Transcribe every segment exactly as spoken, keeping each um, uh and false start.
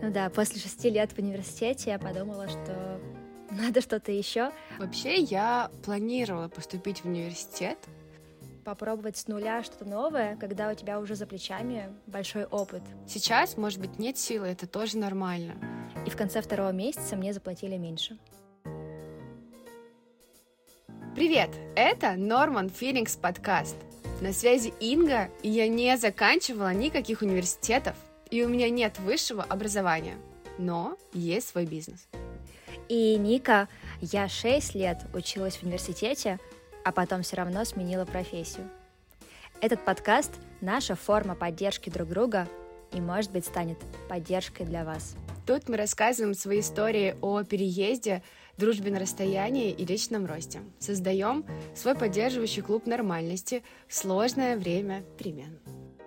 Ну да, после шести лет в университете я подумала, что надо что-то еще. Вообще, я планировала поступить в университет. Попробовать с нуля что-то новое, когда у тебя уже за плечами большой опыт. Сейчас, может быть, нет силы, это тоже нормально. И в конце второго месяца мне заплатили меньше. Привет, это Norman Feelings подкаст. На связи Инга, и я не заканчивала никаких университетов, и у меня нет высшего образования, но есть свой бизнес. И Ника, я шесть лет училась в университете, а потом все равно сменила профессию. Этот подкаст — наша форма поддержки друг друга и, может быть, станет поддержкой для вас. Тут мы рассказываем свои истории о переезде, дружбе на расстоянии и личном росте. Создаем свой поддерживающий клуб нормальности в сложное время перемен.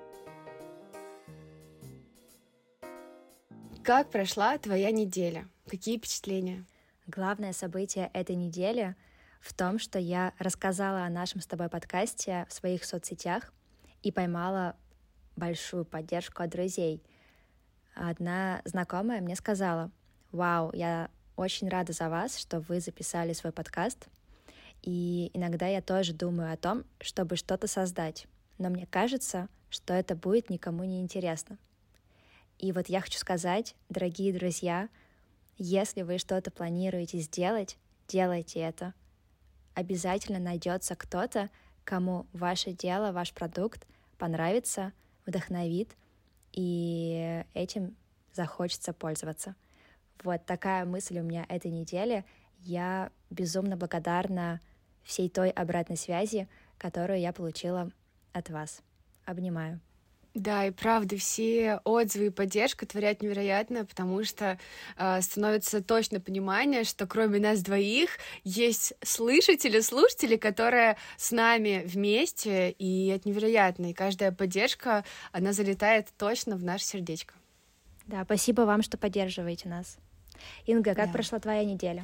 Как прошла твоя неделя? Какие впечатления? Главное событие этой недели в том, что я рассказала о нашем с тобой подкасте в своих соцсетях и поймала большую поддержку от друзей. Одна знакомая мне сказала: «Вау, я очень рада за вас, что вы записали свой подкаст, и иногда я тоже думаю о том, чтобы что-то создать, но мне кажется, что это будет никому не интересно». И вот я хочу сказать, дорогие друзья, если вы что-то планируете сделать, делайте это. Обязательно найдется кто-то, кому ваше дело, ваш продукт понравится, вдохновит, и этим захочется пользоваться. Вот такая мысль у меня этой недели. Я безумно благодарна всей той обратной связи, которую я получила от вас. Обнимаю. Да, и правда, все отзывы и поддержка творят невероятно, потому что э, становится точно понимание, что кроме нас двоих есть слышатели, слушатели, которые с нами вместе, и это невероятно. И каждая поддержка, она залетает точно в наше сердечко. Да, спасибо вам, что поддерживаете нас. Инга, как Да. прошла твоя неделя?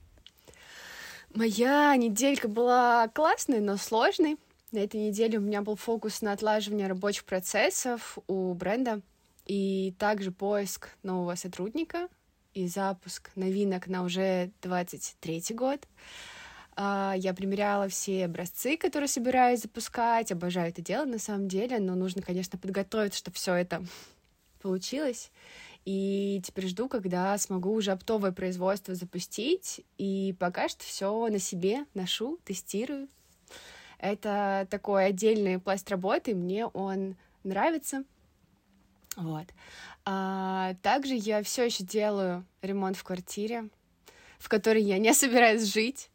Моя неделька была классной, но сложной. На этой неделе у меня был фокус на отлаживание рабочих процессов у бренда и также поиск нового сотрудника и запуск новинок на уже двадцать третий год. Я примеряла все образцы, которые собираюсь запускать. Обожаю это дело на самом деле, но нужно, конечно, подготовиться, чтобы все это получилось. И теперь жду, когда смогу уже оптовое производство запустить. И пока что все на себе ношу, тестирую. Это такой отдельный пласт работы, мне он нравится. Вот. А, также я все еще делаю ремонт в квартире, в которой я не собираюсь жить.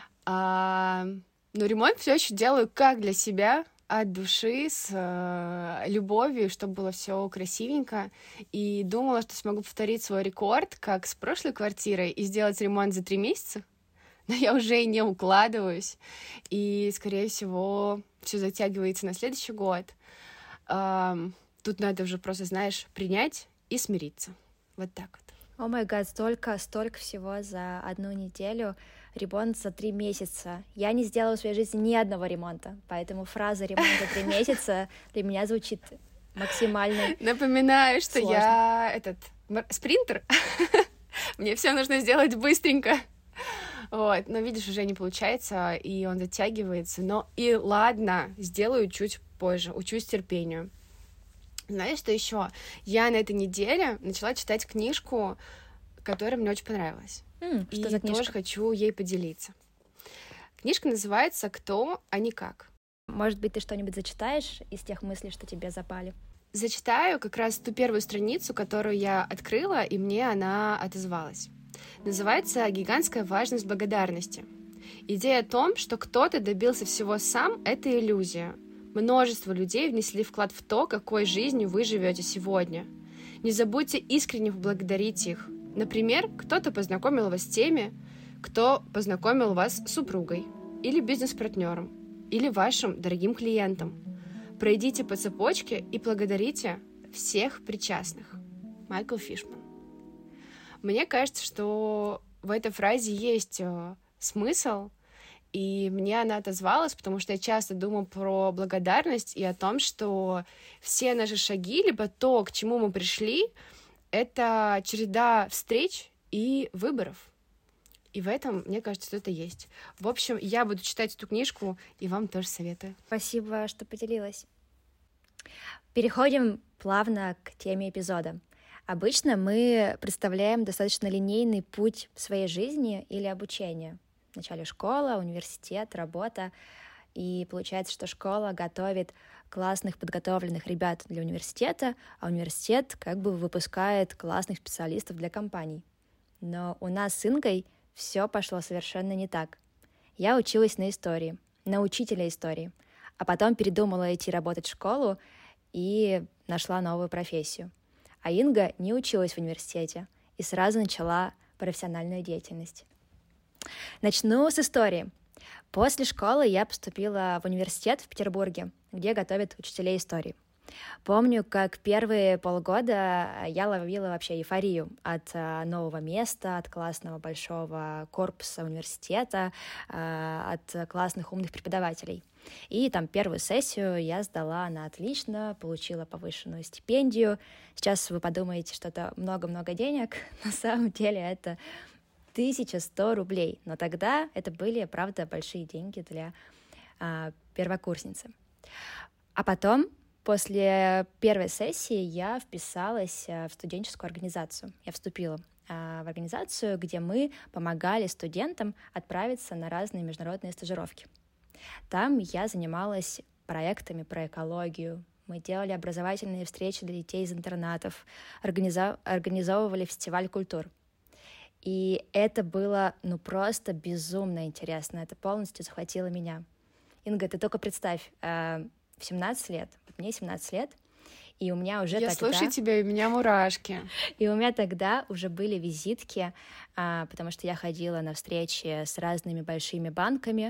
А, но ремонт все еще делаю как для себя, от души, с э, любовью, чтобы было все красивенько. И думала, что смогу повторить свой рекорд, как с прошлой квартирой, и сделать ремонт за три месяца. Но я уже и не укладываюсь, и, скорее всего, все затягивается на следующий год. Эм, тут надо уже просто, знаешь, принять и смириться. Вот так вот. О май гад, столько, столько всего за одну неделю. Ремонт за три месяца. Я не сделала в своей жизни ни одного ремонта, поэтому фраза «ремонт за три месяца» для меня звучит максимально Напоминаю, что сложно. Я этот спринтер. Мне все нужно сделать быстренько. Вот, но, видишь, уже не получается, и он затягивается. Но и ладно, сделаю чуть позже, учусь терпению. Знаешь, что еще? Я на этой неделе начала читать книжку, которая мне очень понравилась. Mm, и что за книжка? Тоже хочу ей поделиться. Книжка называется «Кто, а не как». Может быть, ты что-нибудь зачитаешь из тех мыслей, что тебе запали? Зачитаю как раз ту первую страницу, которую я открыла, и мне она отозвалась. Называется «Гигантская важность благодарности». Идея о том, что кто-то добился всего сам, это иллюзия. Множество людей внесли вклад в то, какой жизнью вы живете сегодня. Не забудьте искренне поблагодарить их. Например, кто-то познакомил вас с теми, кто познакомил вас с супругой, или бизнес-партнером, или вашим дорогим клиентом. Пройдите по цепочке и благодарите всех причастных. Майкл Фишман. Мне кажется, что в этой фразе есть э, смысл, и мне она отозвалась, потому что я часто думаю про благодарность и о том, что все наши шаги, либо то, к чему мы пришли, это череда встреч и выборов. И в этом, мне кажется, что-то есть. В общем, я буду читать эту книжку, и вам тоже советую. Спасибо, что поделилась. Переходим плавно к теме эпизода. Обычно мы представляем достаточно линейный путь в своей жизни или обучения. Вначале школа, университет, работа. И получается, что школа готовит классных подготовленных ребят для университета, а университет как бы выпускает классных специалистов для компаний. Но у нас с Ингой все пошло совершенно не так. Я училась на истории, на учителя истории, а потом передумала идти работать в школу и нашла новую профессию. А Инга не училась в университете и сразу начала профессиональную деятельность. Начну с истории. После школы я поступила в университет в Петербурге, где готовят учителей истории. Помню, как первые полгода я ловила вообще эйфорию от нового места, от классного большого корпуса университета, от классных умных преподавателей. И там первую сессию я сдала на отлично, получила повышенную стипендию. Сейчас вы подумаете, что это много-много денег. На самом деле это тысяча сто рублей. Но тогда это были, правда, большие деньги для а, первокурсницы. А потом, после первой сессии, я вписалась в студенческую организацию. Я вступила а, в организацию, где мы помогали студентам отправиться на разные международные стажировки. Там я занималась проектами про экологию. Мы делали образовательные встречи для детей из интернатов, организов... организовывали фестиваль культур. И это было, ну, просто безумно интересно. Это полностью захватило меня. Инга, ты только представь, в семнадцать лет, мне семнадцать лет, и у меня уже Я тогда... слышу тебя, и у меня мурашки. И у меня тогда уже были визитки, потому что я ходила на встречи с разными большими банками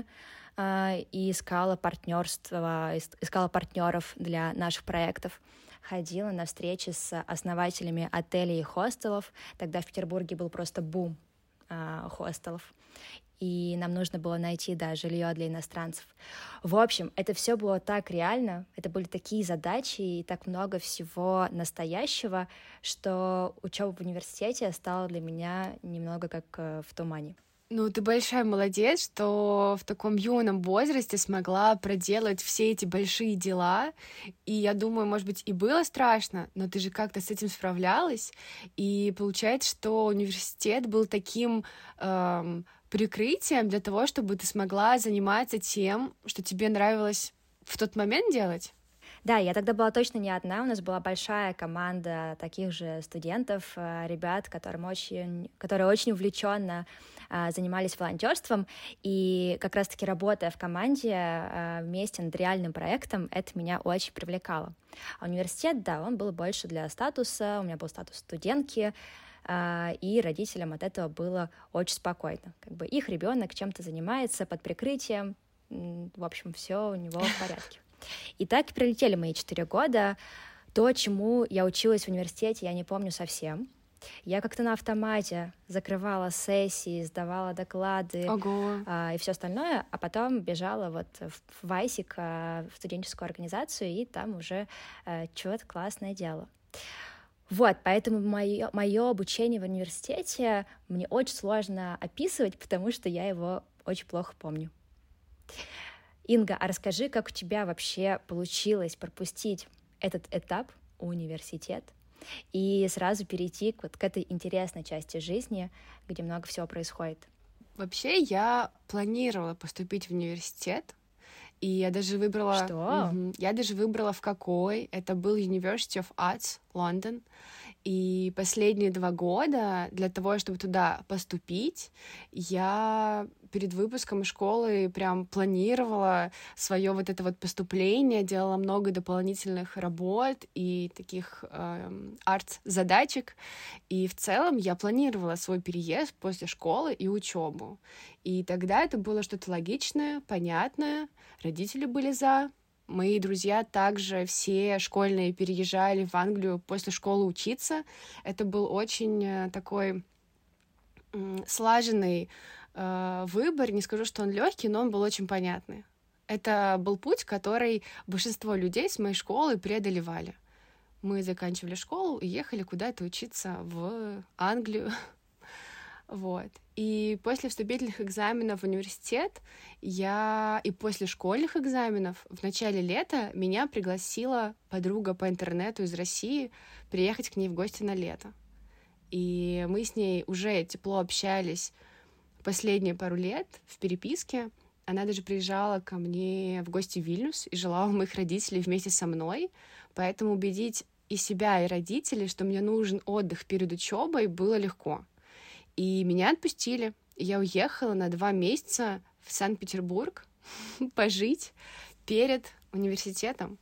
и искала партнерство, искала партнеров для наших проектов. Ходила на встречи с основателями отелей и хостелов. Тогда в Петербурге был просто бум а, хостелов. И нам нужно было найти, да, жилье для иностранцев. В общем, это все было так реально, это были такие задачи и так много всего настоящего, что учеба в университете стала для меня немного как э, в тумане. Ну, ты большая молодец, что в таком юном возрасте смогла проделать все эти большие дела. И я думаю, может быть, и было страшно, но ты же как-то с этим справлялась. И получается, что университет был таким эм, прикрытием для того, чтобы ты смогла заниматься тем, что тебе нравилось в тот момент делать. Да, я тогда была точно не одна, у нас была большая команда таких же студентов, ребят, которым очень, которые очень увлеченно занимались волонтерством, и как раз-таки работая в команде вместе над реальным проектом, это меня очень привлекало. А университет, да, он был больше для статуса, у меня был статус студентки, и родителям от этого было очень спокойно. Как бы их ребенок чем-то занимается под прикрытием, в общем, все у него в порядке. И так и пролетели мои четыре года. То, чему я училась в университете, я не помню совсем. Я как-то на автомате закрывала сессии, сдавала доклады а, и все остальное, а потом бежала вот в Вайсик, а, в студенческую организацию, и там уже а, что-то классное делала. Вот, поэтому мое, мое обучение в университете мне очень сложно описывать, потому что я его очень плохо помню. Инга, а расскажи, как у тебя вообще получилось пропустить этот этап, университет, и сразу перейти к, вот, к этой интересной части жизни, где много всего происходит? Вообще, я планировала поступить в университет, и я даже выбрала... Что? Угу, я даже выбрала в какой. Это был University of Arts, Лондон. И последние два года для того, чтобы туда поступить, я перед выпуском из школы прям планировала свое вот это вот поступление, делала много дополнительных работ и таких э, арт-задачек. И в целом я планировала свой переезд после школы и учебу. И тогда это было что-то логичное, понятное. Родители были за. Мои друзья также все школьные переезжали в Англию после школы учиться. Это был очень такой слаженный э, выбор. Не скажу, что он легкий, но он был очень понятный. Это был путь, который большинство людей с моей школы преодолевали. мы заканчивали школу и ехали куда-то учиться в Англию. Вот. И после вступительных экзаменов в университет я и после школьных экзаменов в начале лета меня пригласила подруга по интернету из России приехать к ней в гости на лето. И мы с ней уже тепло общались последние пару лет в переписке. Она даже приезжала ко мне в гости в Вильнюс и жила у моих родителей вместе со мной. Поэтому убедить и себя, и родителей, что мне нужен отдых перед учебой, было легко. И меня отпустили. И я уехала на два месяца в Санкт-Петербург пожить перед университетом.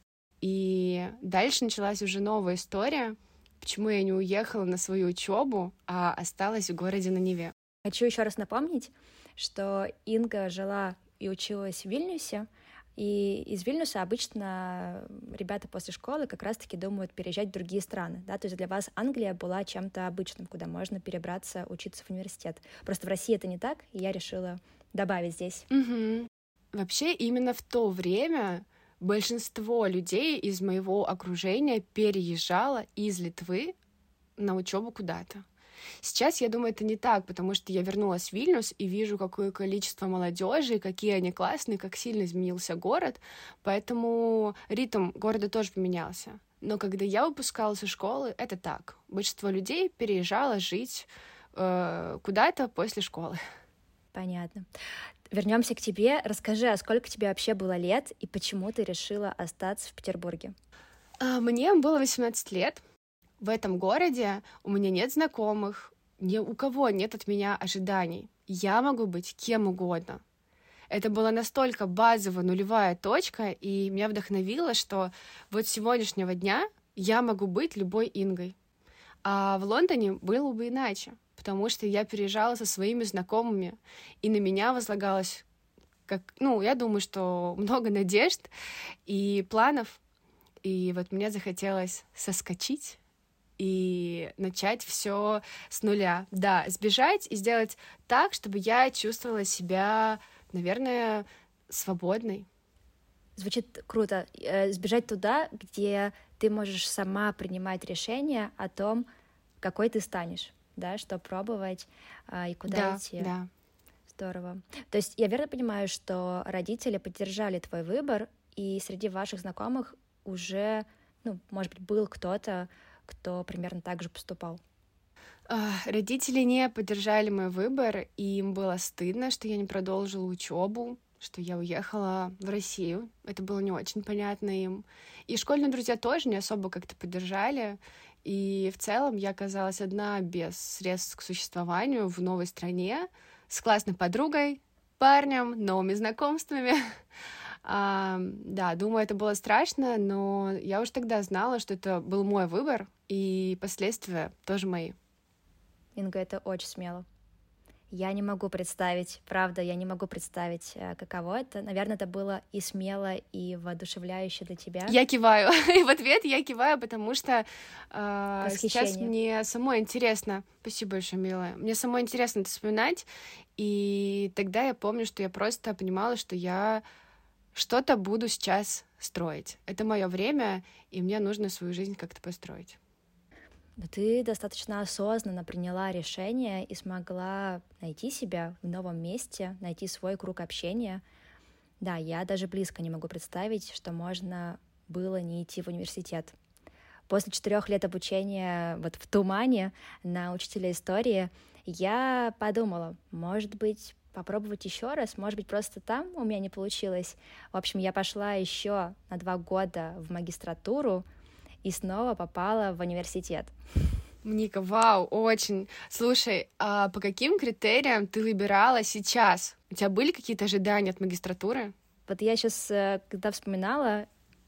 И дальше началась уже новая история, почему я не уехала на свою учебу, а осталась в городе на Неве. Хочу еще раз напомнить, что Инга жила и училась в Вильнюсе, и из Вильнюса обычно ребята после школы как раз-таки думают переезжать в другие страны, да, то есть для вас Англия была чем-то обычным, куда можно перебраться, учиться в университет. Просто в России это не так, и я решила добавить здесь. Угу. Вообще именно в то время большинство людей из моего окружения переезжало из Литвы на учебу куда-то. Сейчас, я думаю, это не так, потому что я вернулась в Вильнюс и вижу, какое количество молодежи, какие они классные, как сильно изменился город, поэтому ритм города тоже поменялся. Но когда я выпускалась из школы, это так. Большинство людей переезжало жить э, куда-то после школы. Понятно. Вернемся к тебе. Расскажи, а сколько тебе вообще было лет и почему ты решила остаться в Петербурге? Мне было восемнадцать лет. В этом городе у меня нет знакомых, ни у кого нет от меня ожиданий. Я могу быть кем угодно. Это была настолько базовая нулевая точка, и меня вдохновило, что вот с сегодняшнего дня я могу быть любой Ингой. А в Лондоне было бы иначе, потому что я переезжала со своими знакомыми, и на меня возлагалось, как, ну, я думаю, что много надежд и планов, и вот мне захотелось соскочить и начать все с нуля. Да, сбежать и сделать так, чтобы я чувствовала себя, наверное, свободной. Звучит круто. Сбежать туда, где ты можешь сама принимать решения о том, какой ты станешь, да, что пробовать и куда да, идти. Да. Здорово. То есть я верно понимаю, что родители поддержали твой выбор, и среди ваших знакомых уже, ну, может быть, был кто-то, кто примерно так же поступал? Родители не поддержали мой выбор, и им было стыдно, что я не продолжила учебу, что я уехала в Россию. Это было не очень понятно им. И школьные друзья тоже не особо как-то поддержали. И в целом я оказалась одна, без средств к существованию, в новой стране, с классной подругой, парнем, новыми знакомствами. А, да, думаю, это было страшно, но я уже тогда знала, что это был мой выбор, и последствия тоже мои. Инга, это очень смело. Я не могу представить, правда, я не могу представить, каково это. Наверное, это было и смело, и воодушевляюще для тебя. Я киваю, и в ответ я киваю, потому что э, сейчас мне самой интересно. Спасибо большое, милая. Мне самой интересно это вспоминать, и тогда я помню, что я просто понимала, что я что-то буду сейчас строить. Это мое время, и мне нужно свою жизнь как-то построить. Но ты достаточно осознанно приняла решение и смогла найти себя в новом месте, найти свой круг общения. Да, я даже близко не могу представить, что можно было не идти в университет. После четырех лет обучения вот в тумане на учителя истории я подумала, может быть, попробовать еще раз, может быть, просто там у меня не получилось. В общем, я пошла еще на два года в магистратуру и снова попала в университет. Ника, вау, очень. Слушай, а по каким критериям ты выбирала сейчас? У тебя были какие-то ожидания от магистратуры? Вот я сейчас, когда вспоминала,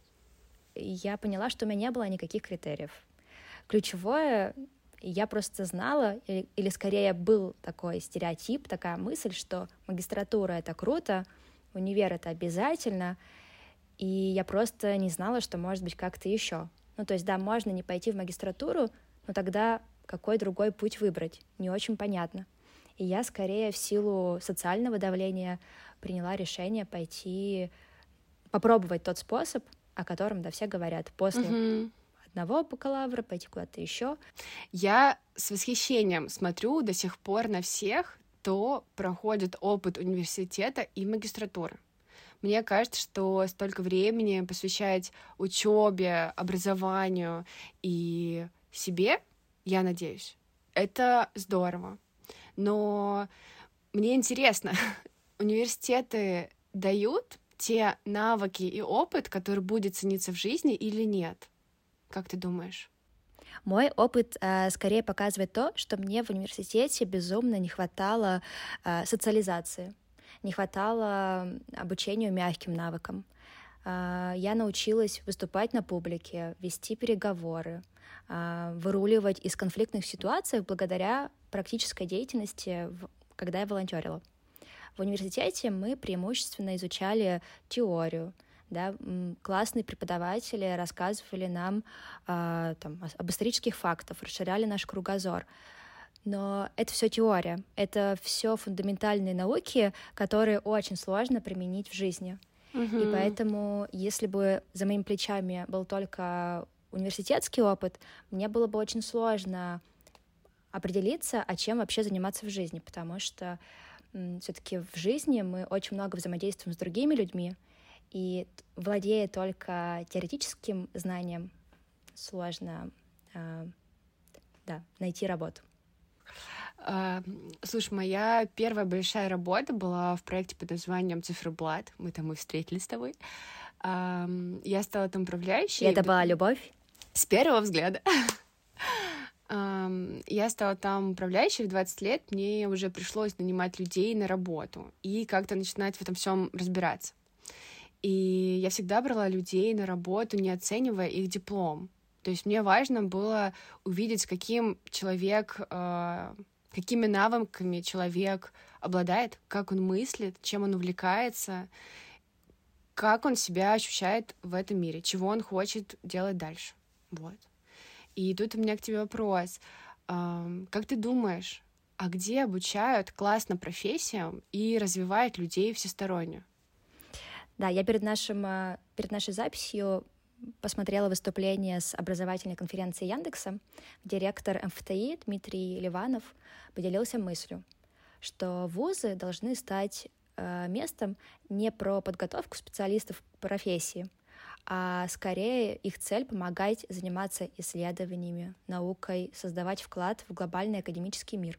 я поняла, что у меня не было никаких критериев. Ключевое, я просто знала, или, или скорее был такой стереотип, такая мысль, что магистратура — это круто, универ — это обязательно, и я просто не знала, что может быть как-то еще. Ну, то есть, да, можно не пойти в магистратуру, но тогда какой другой путь выбрать? Не очень понятно. И я скорее в силу социального давления приняла решение пойти попробовать тот способ, о котором, да, все говорят. После uh-huh. одного бакалавра, пойти куда-то еще. Я с восхищением смотрю до сих пор на всех, кто проходит опыт университета и магистратуры. Мне кажется, что столько времени посвящать учебе, образованию и себе, я надеюсь, это здорово. Но мне интересно, университеты дают те навыки и опыт, который будет цениться в жизни или нет? Как ты думаешь? Мой опыт э, скорее показывает то, что мне в университете безумно не хватало э, социализации, не хватало обучению мягким навыкам. Э, я научилась выступать на публике, вести переговоры, э, выруливать из конфликтных ситуаций благодаря практической деятельности, в, когда я волонтерила. В университете мы преимущественно изучали теорию. Да, классные преподаватели рассказывали нам э, там, об исторических фактах, расширяли наш кругозор. Но это все теория, это все фундаментальные науки, которые очень сложно применить в жизни. Mm-hmm. И поэтому, если бы за моими плечами был только университетский опыт, мне было бы очень сложно определиться, а чем вообще заниматься в жизни, потому что м, все-таки в жизни мы очень много взаимодействуем с другими людьми, и владея только теоретическим знанием, сложно э, да, найти работу. Uh, слушай, моя первая большая работа была в проекте под названием «Циферблат». Мы там и встретились с тобой. Uh, я стала там управляющей. И это была любовь? С первого взгляда. uh, я стала там управляющей в двадцать лет. Мне уже пришлось нанимать людей на работу и как-то начинать в этом всем разбираться. И я всегда брала людей на работу, не оценивая их диплом. То есть мне важно было увидеть, каким человек, э, какими навыками человек обладает, как он мыслит, чем он увлекается, как он себя ощущает в этом мире, чего он хочет делать дальше. Вот. И тут у меня к тебе вопрос. Э, как ты думаешь, а где обучают классно профессиям и развивают людей всесторонне? Да, я перед, нашим, перед нашей записью посмотрела выступление с образовательной конференции Яндекса, где ректор эм эф тэ и Дмитрий Ливанов поделился мыслью, что вузы должны стать э, местом не про подготовку специалистов по профессии, а скорее их цель — помогать заниматься исследованиями, наукой, создавать вклад в глобальный академический мир.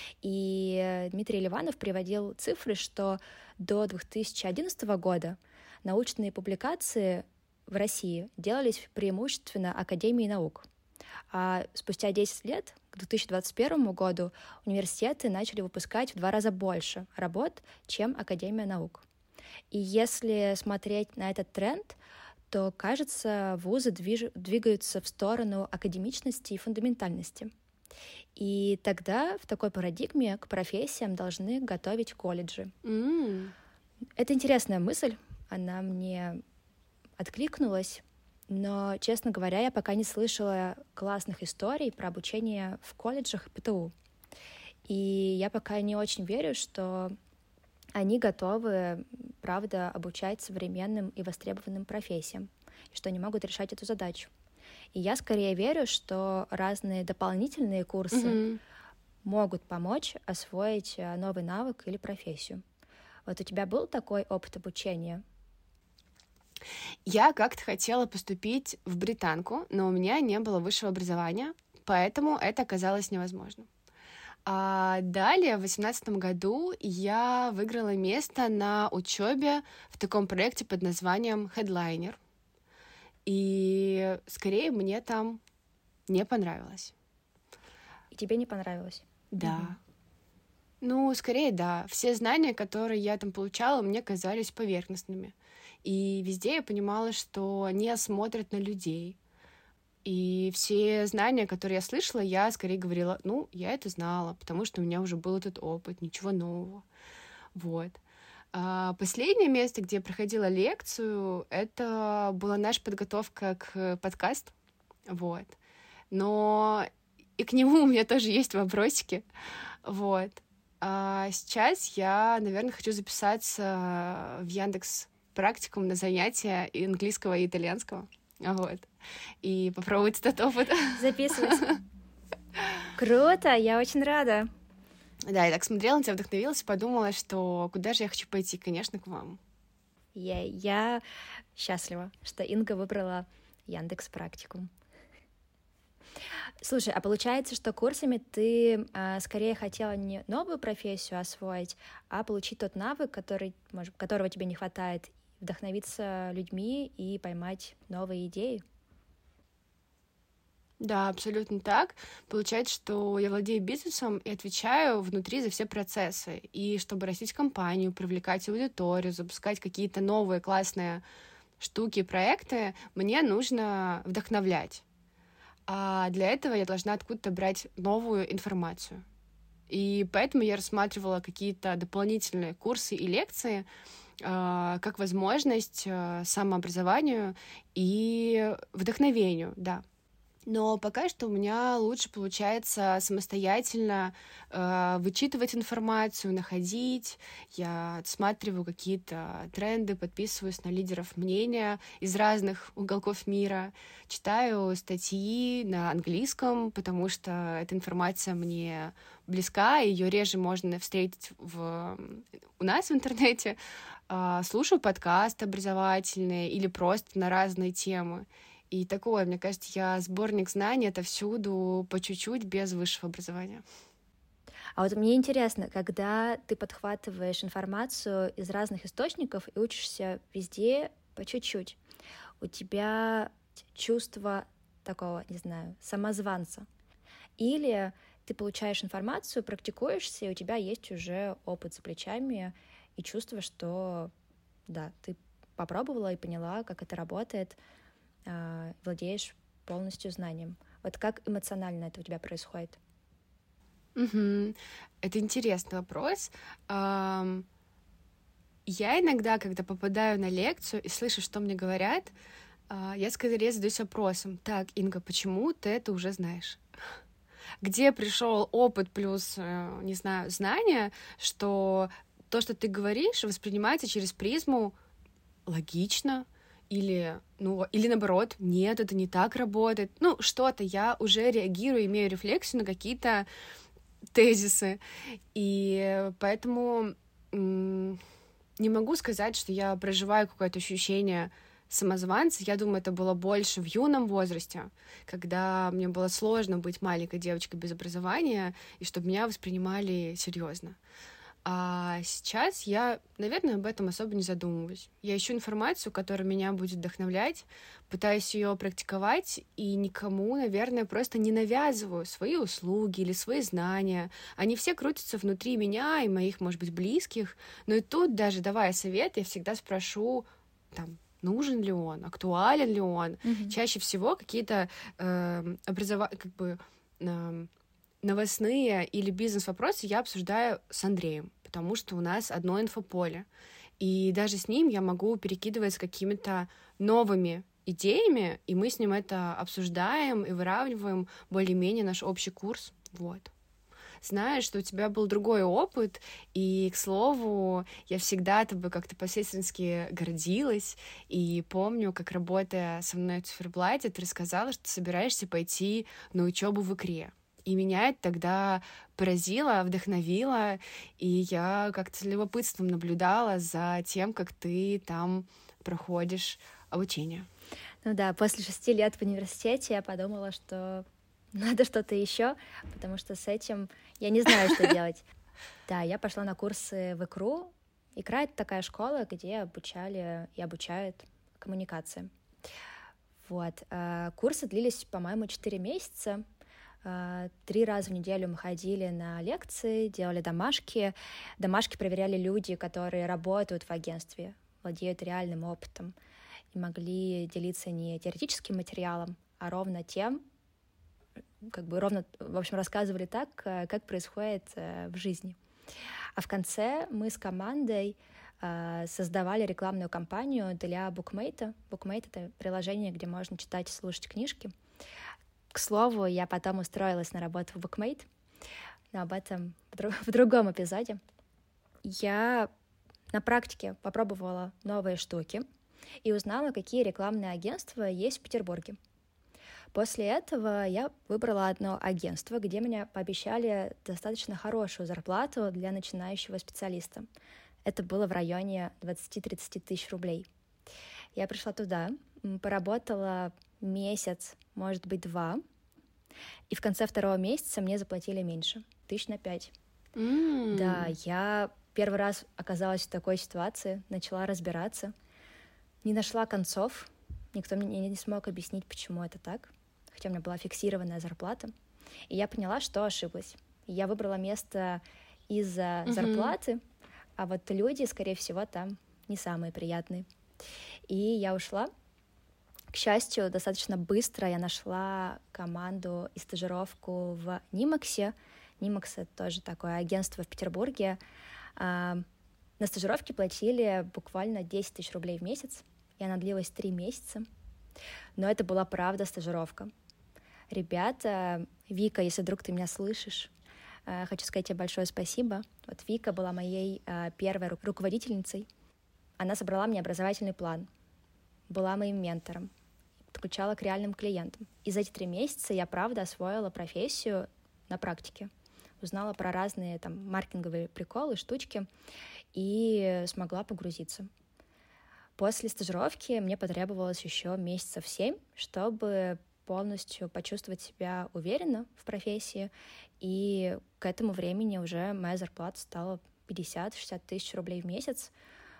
И Дмитрий Ливанов приводил цифры, что до две тысячи одиннадцатого года научные публикации в России делались преимущественно Академией наук. А спустя десять лет, к две тысячи двадцать первому году, университеты начали выпускать в два раза больше работ, чем Академия наук. И если смотреть на этот тренд, то, кажется, вузы движ... двигаются в сторону академичности и фундаментальности. И тогда в такой парадигме к профессиям должны готовить колледжи. Mm. Это интересная мысль, она мне откликнулась, но, честно говоря, я пока не слышала классных историй про обучение в колледжах и пэ тэ у. И я пока не очень верю, что они готовы, правда, обучать современным и востребованным профессиям, и что они могут решать эту задачу. И я скорее верю, что разные дополнительные курсы mm-hmm. могут помочь освоить новый навык или профессию. Вот у тебя был такой опыт обучения? Я как-то хотела поступить в британку, но у меня не было высшего образования, поэтому это оказалось невозможным. А далее, в две тысячи восемнадцатом году, я выиграла место на учебе в таком проекте под названием Headliner. И скорее мне там не понравилось. И тебе не понравилось? Да. Угу. Ну, скорее, да. Все знания, которые я там получала, мне казались поверхностными. И везде я понимала, что они смотрят на людей. И все знания, которые я слышала, я скорее говорила, ну, я это знала, потому что у меня уже был этот опыт, ничего нового. Вот. А последнее место, где я проходила лекцию, это была наша подготовка к подкасту. Вот. Но и к нему у меня тоже есть вопросики. Вот. А сейчас я, наверное, хочу записаться в Яндекс практикум на занятия английского и итальянского. Вот. И попробовать этот опыт. Записывать. Круто, я очень рада. Да, я так смотрела на тебя, вдохновилась и подумала, что куда же я хочу пойти? Конечно, к вам. Я, я счастлива, что Инга выбрала Яндекс.Практикум. Слушай, а получается, что курсами ты а, скорее хотела не новую профессию освоить, а получить тот навык, который, может, которого тебе не хватает, вдохновиться людьми и поймать новые идеи? Да, абсолютно так. Получается, что я владею бизнесом и отвечаю внутри за все процессы. И чтобы растить компанию, привлекать аудиторию, запускать какие-то новые классные штуки, проекты, мне нужно вдохновлять. А для этого я должна откуда-то брать новую информацию. И поэтому я рассматривала какие-то дополнительные курсы и лекции э, как возможность э, самообразованию и вдохновению, да. Но пока что у меня лучше получается самостоятельно э, вычитывать информацию, находить. Я отсматриваю какие-то тренды, подписываюсь на лидеров мнения из разных уголков мира, читаю статьи на английском, потому что эта информация мне близка, ее реже можно встретить в... у нас в интернете. Э, слушаю подкасты образовательные или просто на разные темы. И такое, мне кажется, я сборник знаний отовсюду, по чуть-чуть, без высшего образования. А вот мне интересно, когда ты подхватываешь информацию из разных источников и учишься везде по чуть-чуть, у тебя чувство такого, не знаю, самозванца? Или ты получаешь информацию, практикуешься, и у тебя есть уже опыт за плечами, и чувство, что, да, ты попробовала и поняла, как это работает, владеешь полностью знанием. Вот как эмоционально это у тебя происходит? Угу. Это интересный вопрос. Я иногда, когда попадаю на лекцию и слышу, что мне говорят, я скорее задаюсь вопросом: так, Инга, почему ты это уже знаешь? Где пришел опыт плюс, не знаю, знания, что то, что ты говоришь, воспринимается через призму логично, или, ну, или наоборот, нет, это не так работает. Ну, что-то я уже реагирую, имею рефлексию на какие-то тезисы. И поэтому м- не могу сказать, что я проживаю какое-то ощущение самозванца. Я думаю, это было больше в юном возрасте, когда мне было сложно быть маленькой девочкой без образования, и чтобы меня воспринимали серьезно. А сейчас я, наверное, об этом особо не задумываюсь. Я ищу информацию, которая меня будет вдохновлять, пытаюсь ее практиковать, и никому, наверное, просто не навязываю свои услуги или свои знания. Они все крутятся внутри меня и моих, может быть, близких. Но и тут, даже давая совет, я всегда спрошу, там, нужен ли он, актуален ли он. Mm-hmm. Чаще всего какие-то э, образова... как бы... Э, новостные или бизнес-вопросы я обсуждаю с Андреем, потому что у нас одно инфополе. И даже с ним я могу перекидываться какими-то новыми идеями, и мы с ним это обсуждаем и выравниваем более-менее наш общий курс. Вот. Знаешь, что у тебя был другой опыт, и, к слову, я всегда тобой как-то по-сестрински гордилась, и помню, как, работая со мной в циферблате, ты рассказала, что ты собираешься пойти на учебу в икре. И меня это тогда поразило, вдохновило, и я как-то с любопытством наблюдала за тем, как ты там проходишь обучение. Ну да, после шести лет в университете я подумала, что надо что-то еще, потому что с этим я не знаю, что делать. Да, я пошла на курсы в икру. Икра — это такая школа, где обучали и обучают коммуникации. Вот. Курсы длились, по-моему, четыре месяца. Три раза в неделю мы ходили на лекции, делали домашки. Домашки проверяли люди, которые работают в агентстве, владеют реальным опытом и могли делиться не теоретическим материалом, а ровно тем, как бы ровно, в общем, рассказывали так, как происходит в жизни. А в конце мы с командой создавали рекламную кампанию для BookMate. BookMate — это приложение, где можно читать и слушать книжки. К слову, я потом устроилась на работу в BookMate, но об этом в, друг, в другом эпизоде. Я на практике попробовала новые штуки, и узнала, какие рекламные агентства есть в Петербурге. После этого я выбрала одно агентство, где мне пообещали достаточно хорошую зарплату для начинающего специалиста. Это было в районе двадцать-тридцать тысяч рублей. Я пришла туда, поработала месяц, может быть, два, и в конце второго месяца мне заплатили меньше, тысяч на пять. Mm. Да, я первый раз оказалась в такой ситуации, начала разбираться, не нашла концов, никто мне не смог объяснить, почему это так, хотя у меня была фиксированная зарплата, и я поняла, что ошиблась. Я выбрала место из-за mm-hmm. зарплаты, а вот люди, скорее всего, там не самые приятные. И я ушла. К счастью, достаточно быстро я нашла команду и стажировку в Нимаксе. Нимакс — это тоже такое агентство в Петербурге. На стажировке платили буквально десять тысяч рублей в месяц, и она длилась три месяца. Но это была правда стажировка. Ребята, Вика, если вдруг ты меня слышишь, хочу сказать тебе большое спасибо. Вот Вика была моей первой руководительницей. Она собрала мне образовательный план, была моим ментором, подключала к реальным клиентам. И за эти три месяца я, правда, освоила профессию на практике. Узнала про разные там маркетинговые приколы, штучки и смогла погрузиться. После стажировки мне потребовалось еще месяцев семь, чтобы полностью почувствовать себя уверенно в профессии, и к этому времени уже моя зарплата стала пятьдесят-шестьдесят тысяч рублей в месяц,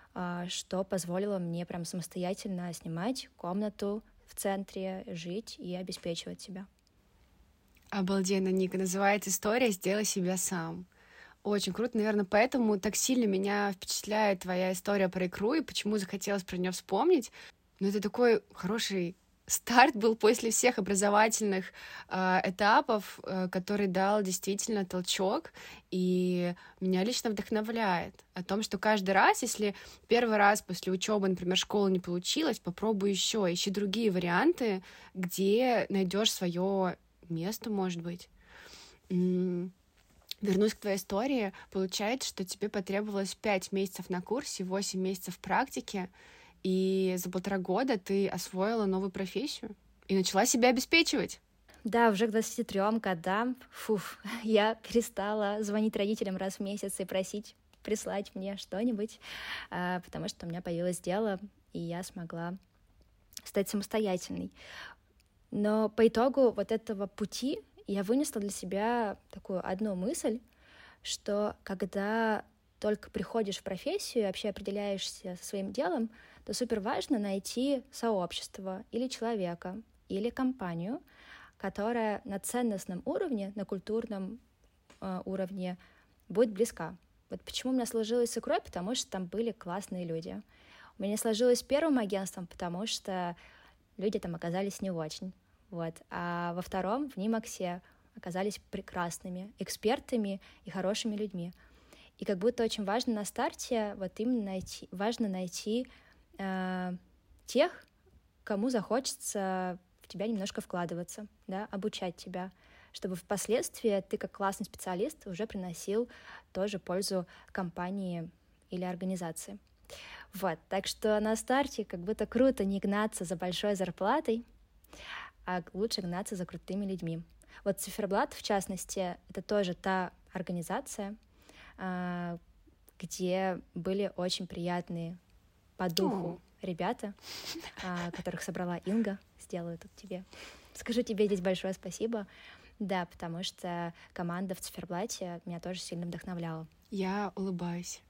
что позволило мне прям самостоятельно снимать комнату в центре, жить и обеспечивать себя. Обалденно, Ника. Называется история «Сделай себя сам». Очень круто. Наверное, поэтому так сильно меня впечатляет твоя история про икру и почему захотелось про нее вспомнить. Но это такой хороший старт был после всех образовательных э, этапов, э, который дал действительно толчок, и меня лично вдохновляет о том, что каждый раз, если первый раз после учебы, например, школа не получилась, попробуй еще, ищи другие варианты, где найдешь свое место, может быть. М-м- Вернусь к твоей истории. Получается, что тебе потребовалось пять месяцев на курсе, восемь месяцев практики, и за полтора года ты освоила новую профессию и начала себя обеспечивать. Да, уже к двадцати трём годам, фуф, я перестала звонить родителям раз в месяц и просить прислать мне что-нибудь, потому что у меня появилось дело, и я смогла стать самостоятельной. Но по итогу вот этого пути я вынесла для себя такую одну мысль, что когда только приходишь в профессию и вообще определяешься со своим делом, то супер важно найти сообщество или человека, или компанию, которая на ценностном уровне, на культурном э, уровне будет близка. Вот почему у меня сложилось с икрой, потому что там были классные люди. У меня сложилось с первым агентством, потому что люди там оказались не очень. Вот. А во втором, в Нимаксе, оказались прекрасными экспертами и хорошими людьми. И как будто очень важно на старте вот именно найти, важно найти э, тех, кому захочется в тебя немножко вкладываться, да, обучать тебя, чтобы впоследствии ты как классный специалист уже приносил тоже пользу компании или организации. Вот, так что на старте как будто круто не гнаться за большой зарплатой, а лучше гнаться за крутыми людьми. Вот Циферблат, в частности, это тоже та организация, где были очень приятные по духу ребята, которых собрала Инга. Сделаю тут тебе. Скажу тебе здесь большое спасибо. Да, потому что команда в Циферблате меня тоже сильно вдохновляла. Я улыбаюсь.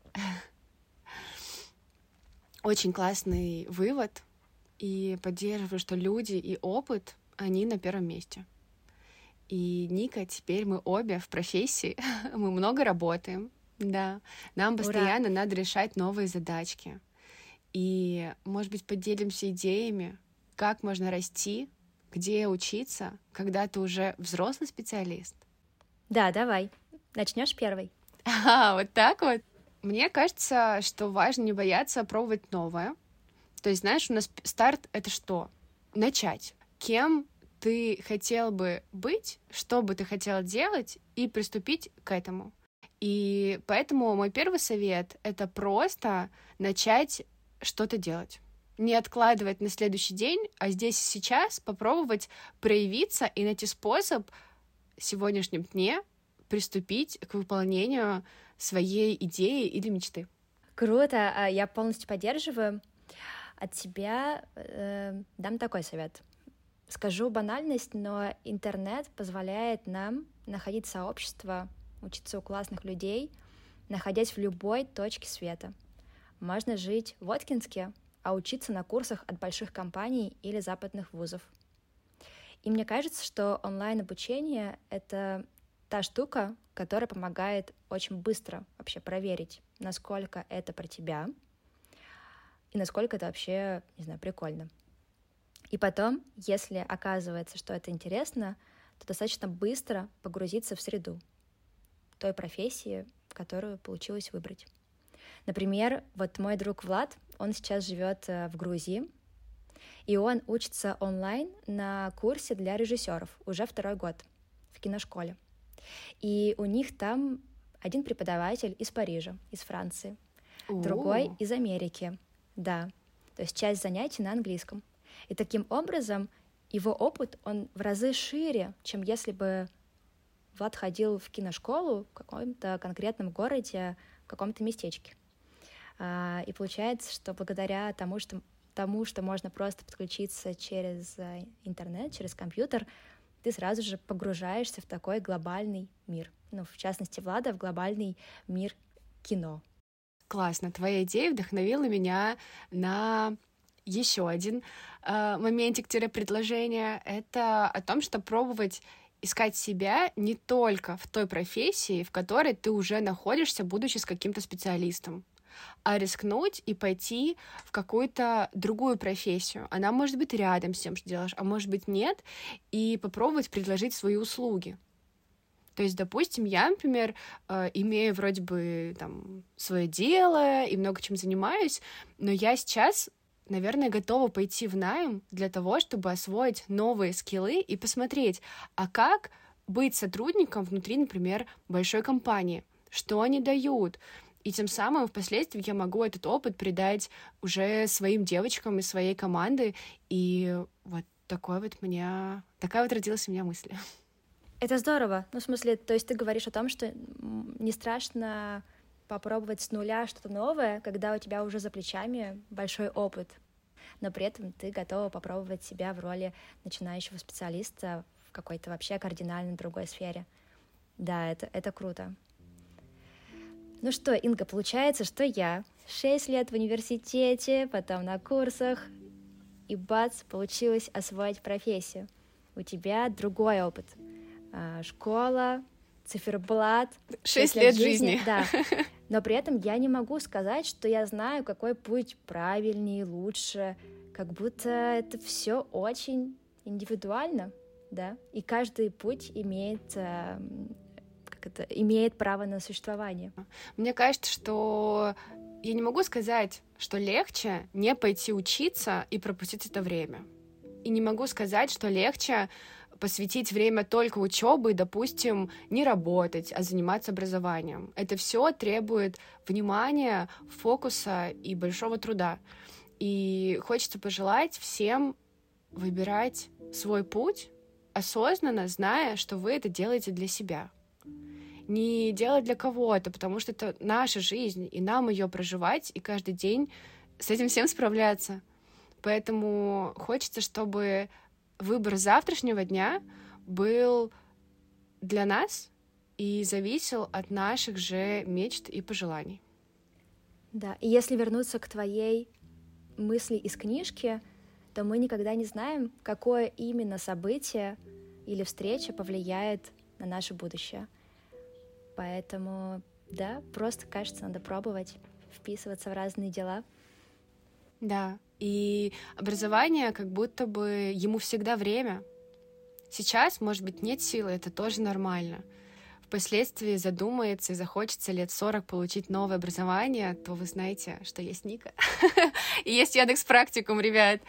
Очень классный вывод. И поддерживаю, что люди и опыт, они на первом месте. И, Ника, теперь мы обе в профессии, мы много работаем, да, нам постоянно Ура. Надо решать новые задачки. И, может быть, поделимся идеями, как можно расти, где учиться, когда ты уже взрослый специалист. Да, давай. Начнешь первой. А, вот так вот. Мне кажется, что важно не бояться пробовать новое. То есть, знаешь, у нас старт — это что? Начать. Кем ты хотел бы быть, что бы ты хотел делать, и приступить к этому. И поэтому мой первый совет — это просто начать что-то делать. не откладывать на следующий день, а здесь и сейчас попробовать проявиться и найти способ в сегодняшнем дне приступить к выполнению своей идеи или мечты. Круто, я полностью поддерживаю. От тебя э, дам такой совет. Скажу банальность, но интернет позволяет нам находить сообщество, учиться у классных людей, находясь в любой точке света. Можно жить в Воткинске, а учиться на курсах от больших компаний или западных вузов. И мне кажется, что онлайн-обучение — это та штука, которая помогает очень быстро вообще проверить, насколько это про тебя и насколько это вообще, не знаю, прикольно. И потом, если оказывается, что это интересно, то достаточно быстро погрузиться в среду той профессии, которую получилось выбрать. Например, вот мой друг Влад, он сейчас живет в Грузии, и он учится онлайн на курсе для режиссеров уже второй год в киношколе. И у них там один преподаватель из Парижа, из Франции, У-у-у. другой из Америки, да, то есть часть занятий на английском. И таким образом его опыт, он в разы шире, чем если бы Влад ходил в киношколу в каком-то конкретном городе, в каком-то местечке. И получается, что благодаря тому, что, тому, что можно просто подключиться через интернет, через компьютер, ты сразу же погружаешься в такой глобальный мир. Ну, в частности, Влада, в глобальный мир кино. Классно. Твоя идея вдохновила меня на еще один э, моментик-предложение. Это о том, что пробовать искать себя не только в той профессии, в которой ты уже находишься, будучи с каким-то специалистом, а рискнуть и пойти в какую-то другую профессию. Она может быть рядом с тем, что делаешь, а может быть нет, и попробовать предложить свои услуги. То есть, допустим, я, например, имею вроде бы там свое дело и много чем занимаюсь, но я сейчас, наверное, готова пойти в найм для того, чтобы освоить новые скиллы и посмотреть, а как быть сотрудником внутри, например, большой компании, что они дают. И тем самым впоследствии я могу этот опыт передать уже своим девочкам из своей команды. И вот такой вот меня... такая вот родилась у меня мысль. Это здорово. Ну, в смысле, то есть ты говоришь о том, что не страшно попробовать с нуля что-то новое, когда у тебя уже за плечами большой опыт, но при этом ты готова попробовать себя в роли начинающего специалиста в какой-то вообще кардинально другой сфере. Да, это, это круто. Ну что, Инга, получается, что я шесть лет в университете, потом на курсах, и бац, получилось освоить профессию. У тебя другой опыт. Школа, циферблат. Шесть лет жизни. жизни. Да. Но при этом я не могу сказать, что я знаю, какой путь правильнее, лучше. Как будто это все очень индивидуально, да. И каждый путь имеет... это имеет право на существование. Мне кажется, что я не могу сказать, что легче не пойти учиться и пропустить это время. И не могу сказать, что легче посвятить время только учебе и, допустим, не работать, а заниматься образованием. Это все требует внимания, фокуса и большого труда. И хочется пожелать всем выбирать свой путь осознанно, зная, что вы это делаете для себя. Не делать для кого-то, потому что это наша жизнь, и нам ее проживать, и каждый день с этим всем справляться. Поэтому хочется, чтобы выбор завтрашнего дня был для нас и зависел от наших же мечт и пожеланий. Да, и если вернуться к твоей мысли из книжки, то мы никогда не знаем, какое именно событие или встреча повлияет на наше будущее. Поэтому, да, просто, кажется, надо пробовать вписываться в разные дела. Да, и образование, как будто бы ему всегда время. Сейчас, может быть, нет силы, это тоже нормально. Впоследствии задумается и захочется лет сорок получить новое образование, то вы знаете, что есть Ника. И есть Яндекс.Практикум, ребят.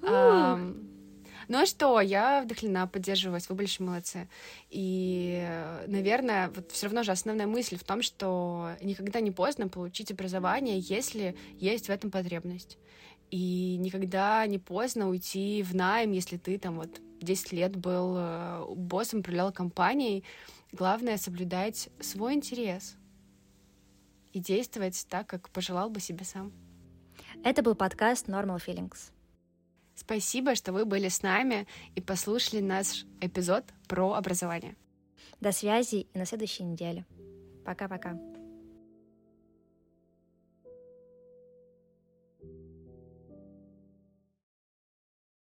Ну а что, я вдохновлена, поддерживаю вас, вы большие молодцы. И, наверное, вот все равно же основная мысль в том, что никогда не поздно получить образование, если есть в этом потребность. И никогда не поздно уйти в найм, если ты там вот десять лет был э, боссом, управлял компанией. Главное — соблюдать свой интерес и действовать так, как пожелал бы себе сам. Это был подкаст Normal Feelings. Спасибо, что вы были с нами и послушали наш эпизод про образование. До связи и на следующей неделе. Пока-пока.